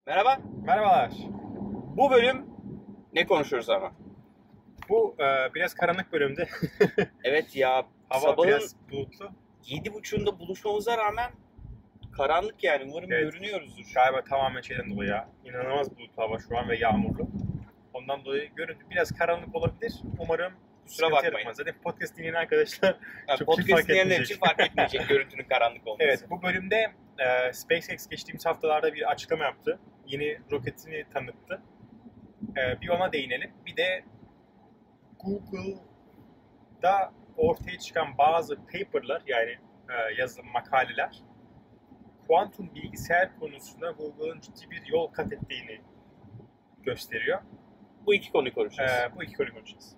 Merhaba. Merhabalar. Bu bölüm ne konuşuruz ama? Bu biraz karanlık bölümde. Evet ya, Hava sabahın biraz bulutlu. 7.30'unda buluşmamıza rağmen karanlık yani. Umarım Evet. görünüyoruzdur. Galiba tamamen şeyden dolayı ya. İnanılmaz bulutlu hava şu an ve yağmurlu. Ondan dolayı görüntü biraz karanlık olabilir. Umarım Kusura sıkıntı bakmayın. yaratmaz. Zaten podcast dinleyen arkadaşlar Yani çok podcast fark dinleyenler etmeyecek. için fark etmeyecek görüntünün karanlık olması. Evet, bu bölümde SpaceX geçtiğimiz haftalarda bir açıklama yaptı. Yeni roketini tanıttı. Bir ona değinelim. Bir de Google'da ortaya çıkan bazı paper'lar, yani yazılan makaleler, kuantum bilgisayar konusunda Google'ın ciddi bir yol kat ettiğini gösteriyor. Bu iki konuyu konuşacağız. Bu iki konuyu konuşacağız.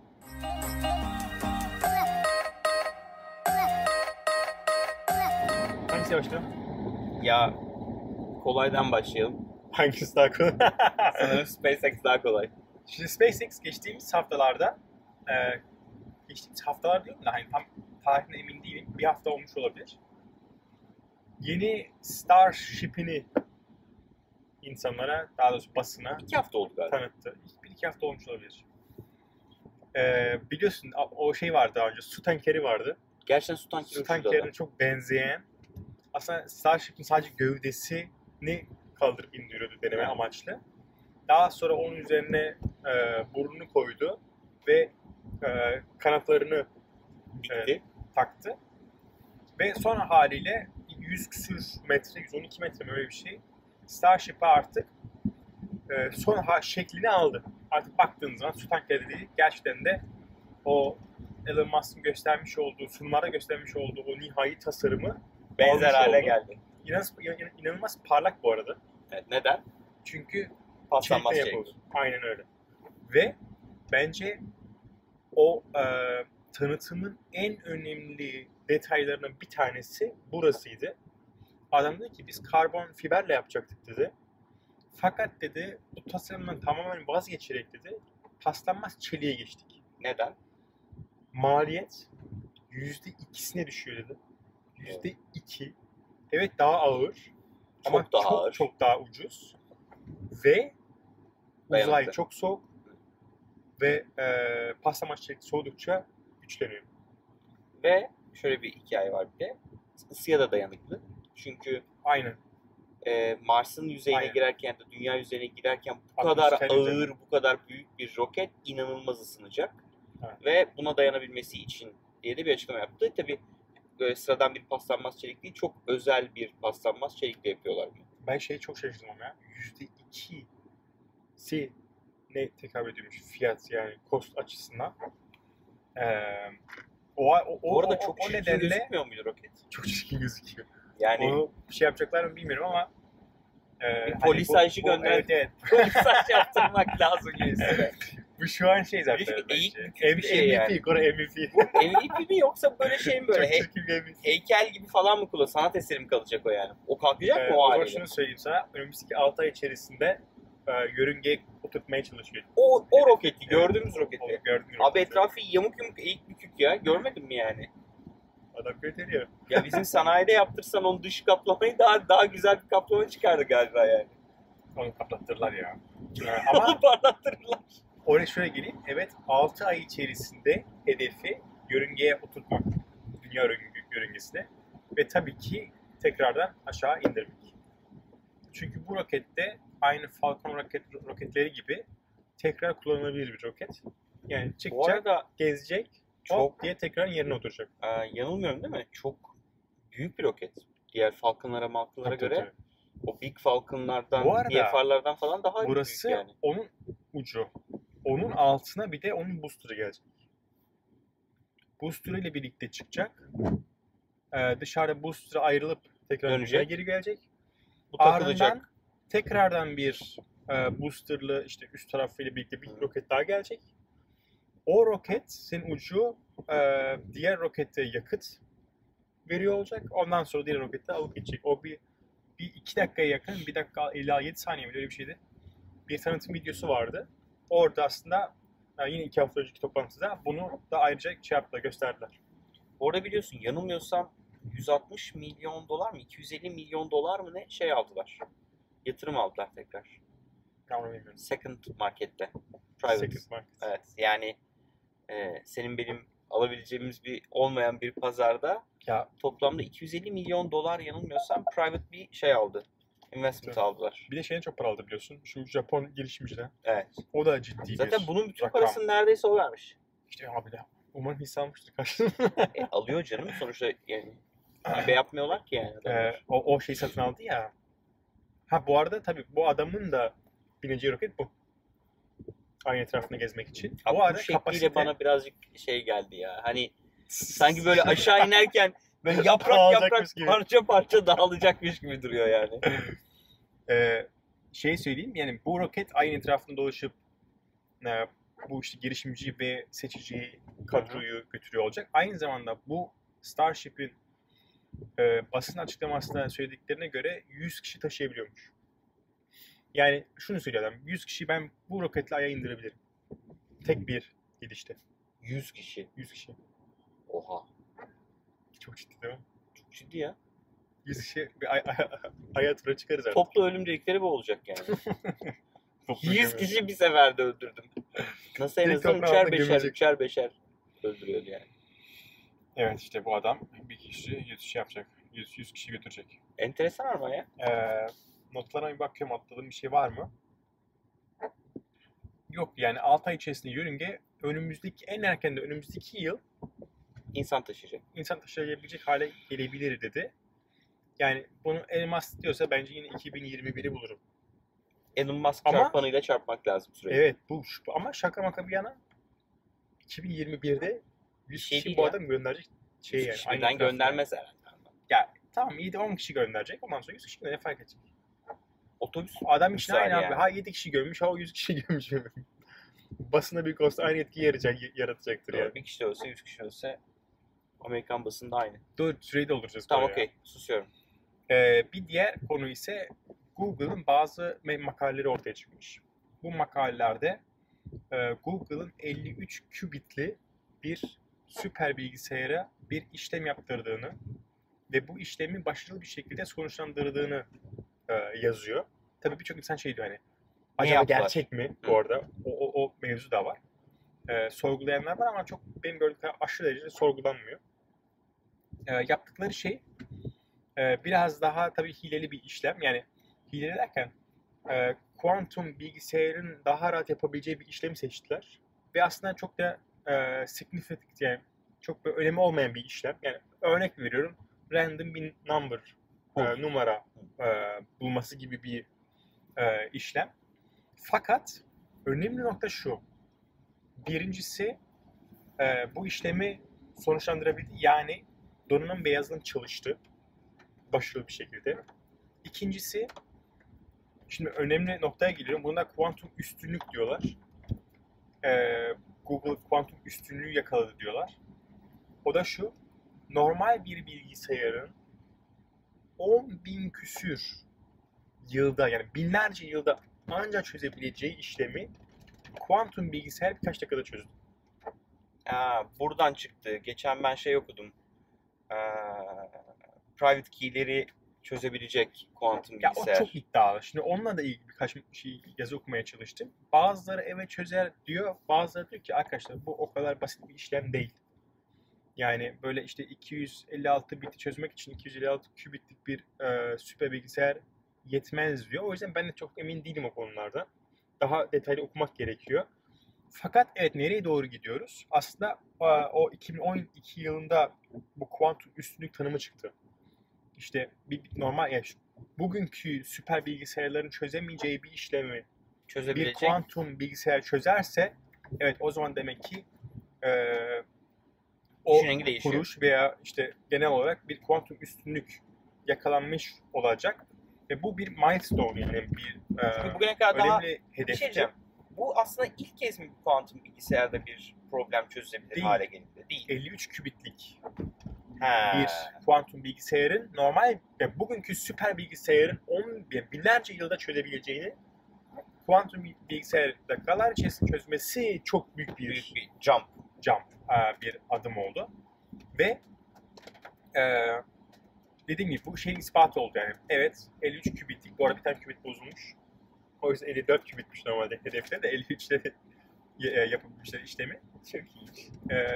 Hangisi başlayalım? Ya kolaydan başlayalım. Hangisi daha kolay? Sanırım SpaceX daha kolay. Şimdi SpaceX geçtiğimiz haftalarda, geçtiğimiz haftalar diyorum da hani tam tarihine emin değilim. Bir hafta olmuş olabilir. Yeni Starship'ini insanlara, daha doğrusu basına 2 hafta oldu galiba. tanıttı. Bir iki hafta olmuş olabilir. Biliyorsun o şey vardı daha önce, su tankeri vardı. Gerçekten su tankeri Su uçurdu tankerine adam. çok benzeyen, aslında Starship'in sadece gövdesini kaldırıp indiriyordu deneme amaçlı. Daha sonra onun üzerine burnunu koydu ve kanatlarını Bitti. taktı. Ve son haliyle 100 küsür metre, 112 metre mi öyle bir şey, Starship'e artık son şeklini aldı. Artık baktığınız zaman su tankeri değil, gerçekten de o Elon Musk'ın göstermiş olduğu, sunumlarda göstermiş olduğu o nihai tasarımı Benzer almış hale oldu. geldi. İnanılmaz parlak bu arada. Evet, neden? Çünkü Paslanmaz çelikten çelik. yapıldı. Aynen öyle. Ve bence o tanıtımın en önemli detaylarından bir tanesi burasıydı. Adam dedi ki biz karbon fiberle yapacaktık dedi. Fakat dedi bu tasarımdan tamamen vazgeçerek dedi paslanmaz çeliğe geçtik. Neden? Maliyet %2'sine düşüyor dedi. %2. Evet, daha ağır. Ama Çok daha ağır. çok daha ucuz. Ve uzay Dayanıklı. çok soğuk. Ve paslanmaz çelik soğudukça güçleniyor. Ve şöyle bir hikaye var bir de. Isıya da dayanıklı. Çünkü Aynen. Mars'ın yüzeyine Aynen. girerken de dünya yüzeyine girerken bu kadar Atmosfer ağır, üzerine. bu kadar büyük bir roket inanılmaz ısınacak. Evet. Ve buna dayanabilmesi için diye de bir açıklama yaptı. Tabii böyle sıradan bir paslanmaz çelik değil, çok özel bir paslanmaz çelikle yapıyorlar bunu. Ben çok şaşırdım ama ya. %2'si ne tekabül ediyormuş fiyat, yani cost açısından. Bu arada çok o çirkin nedenle gözükmüyor muydu roket? çok çirkin gözüküyor. Yani Onu bir şey yapacaklar mı bilmiyorum ama bir polisajcı gönderip evet. polisaj yaptırmak lazım gibi. Bu şu an şey zaten. Bir eğik bence. bükük bir şey MVP, yani. Kore MVP. MVP mi yoksa böyle şey mi böyle Çok çirkin bir MVP. heykel gibi falan mı kullan? Sanat eseri mi kalacak o yani? O kalkacak mı o O zaman haliyle? şunu söyleyeyim sana. Önümüzdeki 6 ay içerisinde yörüngeye oturtmaya çalışıyor. O roketi, Evet. gördüğümüz roketi. O gördüğün Abi roketi. etrafı yamuk yumuk eğik bükük ya. Görmedin mi yani? Adam gönderiyor. Ya bizim sanayide yaptırsan onu dış kaplamayı daha güzel bir kaplama çıkardı galiba yani. Onu kapattırlar ya. Ama Onu parlattırırlar. oraya şöyle geleyim. Evet, 6 ay içerisinde hedefi yörüngeye oturtmak. Dünya yörüngesine. Ve tabii ki tekrardan aşağı indirmek. Çünkü bu rokette aynı Falcon roketleri gibi tekrar kullanılabilir bir roket. Yani Bu çıkacak, arada gezecek, çok- hop diye tekrar yerine oturacak. yanılmıyorum değil mi? Çok büyük bir roket. Diğer Falcon'lara Tabii, göre tabii. o Big Falcon'lardan, Bu arada DFR'lardan falan daha burası büyük yani. onun ucu. Onun altına bir de onun booster'ı gelecek. Booster ile birlikte çıkacak. Dışarıda booster'a ayrılıp tekrar Dönecek. dünyaya geri gelecek. Bu takılacak. Ardından tekrardan bir booster'lı işte üst tarafıyla birlikte bir roket daha gelecek. O roketin ucu diğer rokete yakıt veriyor olacak. Ondan sonra diğer roketi alıp gidecek. O bir 2 dakikaya yakın, 1 dakika 57 saniye mi öyle bir şeydi. Bir tanıtım videosu vardı. Orada aslında yine 2 hafta önceki toplantıda bunu da ayrıca şey yaptılar, gösterdiler. Orada biliyorsun yanılmıyorsam 160 milyon dolar mı 250 milyon dolar mı ne şey aldılar. yatırım aldılar tekrar. Onu bilmiyorum. Second markette. Private. Second market. Evet. Yani senin benim alabileceğimiz bir olmayan bir pazarda Ya toplamda 250 milyon dolar yanılmıyorsam private bir şey aldı. Investment Evet. aldılar. bir de şeyden çok para aldı biliyorsun. Şu Japon girişimciden. Evet. O da ciddi Zaten bir bunun bütün rakam. parasını neredeyse o vermiş. İşte abi de umarım hisse almıştır karşılığında. Alıyor canım sonuçta yani. Hibe yapmıyorlar ki yani adamlar. O şeyi satın aldı ya. Ha bu arada tabii bu adamın da bineceği roket bu. Aynı etrafında gezmek için. Abi Bu arada şekliyle kapasite... bana birazcık şey geldi ya. Hani sanki böyle aşağı inerken böyle yaprak Dağılacakmış gibi. parça parça dağılacakmış gibi duruyor yani. Şey söyleyeyim yani bu roket ayın etrafında dolaşıp bu işte girişimci ve seçici kadroyu götürüyor olacak. Aynı zamanda bu Starship'in basın açıklamasında söylediklerine göre 100 kişi taşıyabiliyormuş. Yani şunu söylüyor adam, 100 kişi ben bu roketle Ay'a indirebilirim. Tek bir gidişte. 100 kişi. 100 kişi. Oha. Çok ciddi değil mi? Çok ciddi ya. 100 kişi bir Ay'a tura çıkarız artık. Toplu ölümcelikleri bu olacak yani. Toplu 100 gömüyor. kişi bir seferde öldürdüm. Nasıl en Tek azından toprağın üçer altında beşer, gömülecek. üçer beşer öldürüyordu yani. Evet işte bu adam bir kişi 100 kişi yapacak. 100 kişi götürecek. Enteresan ama ya. Notlarına bir bakıyorum, atladığım bir şey var mı? Yok yani 6 ay içerisinde yörünge önümüzdeki en erken de önümüzdeki yıl İnsan taşıyacak. insan taşıyabilecek hale gelebilir dedi. Yani bunu Elmas diyorsa bence yine 2021'i bulurum. Elon Musk Ama- çarpanıyla çarpmak lazım sürekli. Evet ama şaka maka bir yana 2021'de 100 Şey kişi değil bu ya. adam gönderecek şey yani. aynı Şimdiden etrafta. göndermez herhalde. Ya tamam 7-10 kişi gönderecek ondan sonra 100 kişi ne fark edecek? Otobüs Adam için misali aynı abi. yani. Ha 7 kişi gömmüş, ha o 100 kişi gömmüş. Basına büyük olsa aynı etki yaratacaktır yani. Bir kişi de ölse, 100 kişi ölse Amerikan basında aynı. Dur süreyi dolduracağız. Tamam böyle ya. okey. Susuyorum. Bir diğer konu ise Google'ın bazı makaleleri ortaya çıkmış. Bu makalelerde Google'ın 53 kübitli bir süper bilgisayara bir işlem yaptırdığını ve bu işlemi başarılı bir şekilde sonuçlandırdığını yazıyor. Tabii birçok insan şey diyor hani acaba yaptılar? gerçek mi bu arada? O mevzu da var. Sorgulayanlar var ama çok benim gördüğüm aşırı derecede sorgulanmıyor. Yaptıkları şey biraz daha tabii hileli bir işlem. Yani hileli derken kuantum bilgisayarın daha rahat yapabileceği bir işlemi seçtiler. Ve aslında çok da significant yani çok bir önemi olmayan bir işlem. Yani örnek veriyorum random bir number numara bulması gibi bir işlem. Fakat önemli nokta şu. Birincisi bu işlemi sonuçlandırabildi. Yani donanım ve yazılım çalıştı. Başarılı bir şekilde. İkincisi, şimdi önemli noktaya geliyorum. Buna kuantum üstünlük diyorlar. Google kuantum üstünlüğü yakaladı diyorlar. O da şu, normal bir bilgisayarın 10.000 küsür yılda yani binlerce yılda ancak çözebileceği işlemi kuantum bilgisayar birkaç dakikada çözdü. Buradan çıktı. Geçen ben şey okudum. Private key'leri çözebilecek kuantum Ya bilgisayar. o çok iddialı. Şimdi onunla da ilgili birkaç şey yazı okumaya çalıştım. Bazıları evet çözer diyor. Bazıları diyor ki arkadaşlar bu o kadar basit bir işlem değil. Yani böyle işte 256 biti çözmek için 256 kübitlik bir süper bilgisayar yetmez diyor. O yüzden ben de çok emin değilim o konularda. Daha detaylı okumak gerekiyor. Fakat evet nereye doğru gidiyoruz? Aslında o 2012 yılında bu kuantum üstünlük tanımı çıktı. İşte bir normal yani bugünkü süper bilgisayarların çözemeyeceği bir işlemi bir Çözebilecek. kuantum bilgisayar çözerse evet o zaman demek ki o İşin rengi değişiyor. kuruş veya işte genel olarak bir kuantum üstünlük yakalanmış olacak ve bu bir milestone yani bir Çünkü bugüne kadar daha önemli bir şey hedef. diyeceğim. Bu aslında ilk kez mi kuantum bilgisayarda bir problem çözülebilir Değil. hale geldi? Değil. 53 kübitlik Ha. bir kuantum bilgisayarın normal ve bugünkü süper bilgisayarın binlerce yılda çözebileceğini kuantum bilgisayarlar içerisinde çözmesi çok büyük bir jump. bir adım oldu. Ve dediğim gibi bu şeyin ispatı oldu yani. Evet 53 kübitlik. Bu arada bir tane kübit bozulmuş. O yüzden 54 kübitmiş normalde hedefte de 53'te yapabilmişler işlemi. Çok iyi.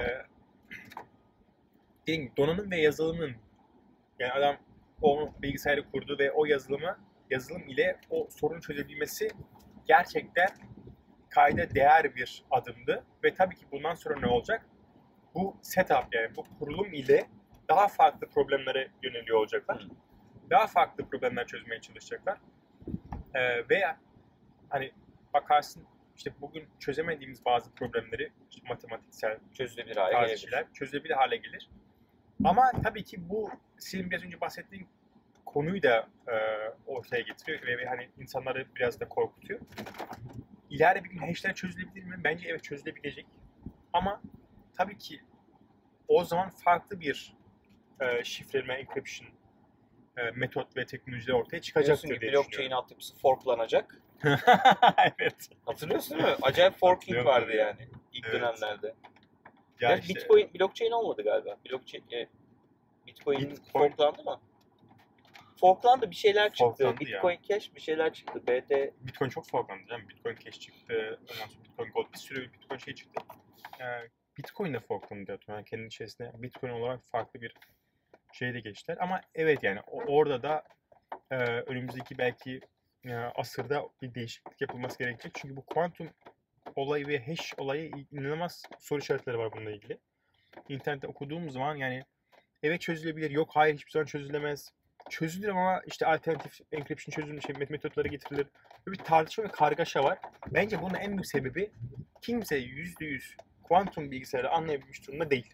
Dediğim gibi donanım ve yazılımın yani adam o bilgisayarı kurdu ve o yazılım ile o sorunu çözebilmesi gerçekten kayda değer bir adımdı. Ve tabii ki bundan sonra ne olacak? Bu setup yani bu kurulum ile daha farklı problemlere yöneliyor olacaklar. Daha farklı problemler çözmeye çalışacaklar. Ve hani bakarsın işte bugün çözemediğimiz bazı problemleri işte matematiksel Çözülebilir hale tarzı gelebilir. şeyler çözülebilir hale gelir. Ama tabii ki bu senin biraz önce bahsettiğin konuyu da ortaya getiriyor ve hani insanları biraz da korkutuyor. İleride bir gün hash'ler çözülebilir mi? Bence evet çözülebilecek. Ama tabii ki o zaman farklı bir şifreleme, encryption metot ve teknolojiler ortaya çıkacaktır Biliyorsun ki diye blockchain düşünüyorum. altyapısı forklanacak. Evet. Hatırlıyorsun değil mi? Acayip forking Hatırlıyorum vardı tabii. yani ilk Evet. dönemlerde. Ya Ya işte, Bitcoin, blockchain olmadı galiba. Bitcoin forklandı mı? Forklandı bir şeyler çıktı. Forklandı ya. Bitcoin Cash bir şeyler çıktı. BT Bitcoin çok forklandı canım. Bitcoin Cash çıktı. Ondan sonra Bitcoin Gold bir sürü Bitcoin şey çıktı. Bitcoin de forklandı diye yani kendi içerisinde Bitcoin olarak farklı bir şeye de geçtiler. Ama evet yani orada da önümüzdeki belki asırda bir değişiklik yapılması gerekecek. Çünkü bu kuantum olayı ve hash olayı inanılmaz soru işaretleri var bununla ilgili. İnternette okuduğum zaman yani evet çözülebilir, yok hayır hiçbir zaman çözülemez. Çözülür ama işte alternatif encryption metotları getirilir. Böyle bir tartışma ve kargaşa var. Bence bunun en büyük sebebi kimse %100 kuantum bilgisayarı anlayabilmiş durumda değil.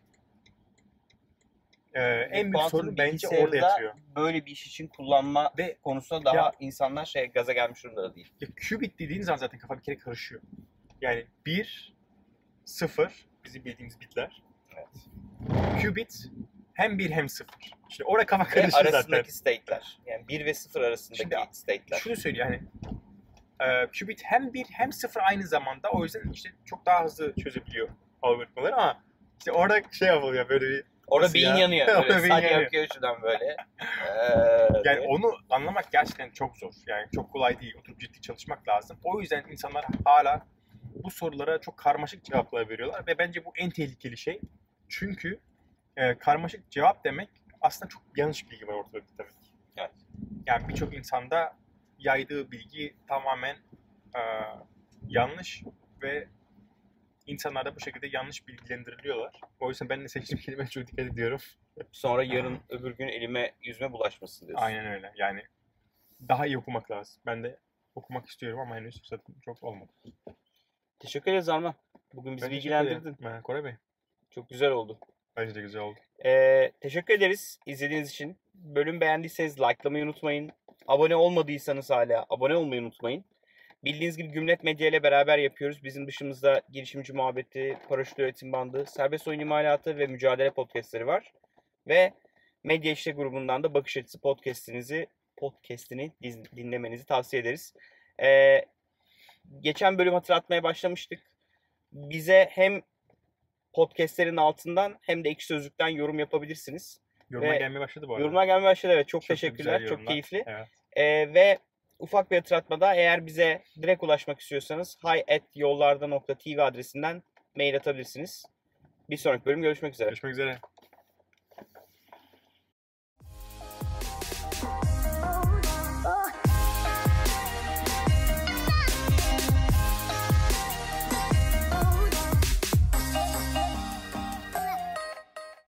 En büyük sorun bence orada yatıyor. Böyle bir iş için kullanma Ve konusunda daha ya, insanlar gaza gelmiş durumda da değil. Qubit dediğin zaman zaten kafa bir kere karışıyor. Yani 1, 0 bizim bildiğimiz bitler. Evet. Qubit hem 1 hem 0. İşte orada kafa Ve karışıyor arasındaki zaten. state'ler. Yani 1 ve 0 arasındaki Şimdi, state'ler. Şunu söylüyor hani Qubit hem 1 hem 0 aynı zamanda. O yüzden işte çok daha hızlı çözebiliyor algoritmaları ama işte orada şey yapılıyor böyle bir Orada beyin yanıyor. Orada Böyle beyin salya yanıyor. akıyor şuradan böyle. Yani onu anlamak gerçekten çok zor. Yani çok kolay değil. Oturup ciddi çalışmak lazım. O yüzden insanlar hala bu sorulara çok karmaşık cevaplar veriyorlar ve bence bu en tehlikeli şey. Çünkü karmaşık cevap demek aslında çok yanlış bilgi var ortada tabii ki. Evet. Yani birçok insanda yaydığı bilgi tamamen yanlış ve insanlar da bu şekilde yanlış bilgilendiriliyorlar. O yüzden ben de seçtiğim kelimeye çok dikkat ediyorum. Sonra yarın öbür gün yüzüme bulaşmasın diyorsun. Aynen öyle. Yani daha iyi okumak lazım. Ben de okumak istiyorum ama henüz fırsatım çok olmadı. Teşekkür ederiz Arman. Bugün bizi bilgilendirdin. Koray Bey. Çok güzel oldu. Bence de güzel oldu. Teşekkür ederiz izlediğiniz için. Bölüm beğendiyseniz likelamayı unutmayın. Abone olmadıysanız hala abone olmayı unutmayın. Bildiğiniz gibi Gümlet Medya ile beraber yapıyoruz. Bizim dışımızda girişimci muhabbeti, paraşüt öğretim bandı, serbest oyun imalatı ve mücadele podcastleri var. Ve Medya İşte grubundan da Bakış Açısı podcastini dinlemenizi tavsiye ederiz. Geçen bölüm hatırlatmaya başlamıştık. Bize hem podcastlerin altından hem de Ekşi Sözlük'ten yorum yapabilirsiniz. Yorumlar gelmeye başladı bu arada. Yorumlar gelmeye başladı evet. Çok güzel teşekkürler. Çok yorumlar. keyifli. Evet. Ve ufak bir hatırlatmada eğer bize direkt ulaşmak istiyorsanız hi@yollarda.tv adresinden mail atabilirsiniz. Bir sonraki bölüm görüşmek üzere. Görüşmek üzere.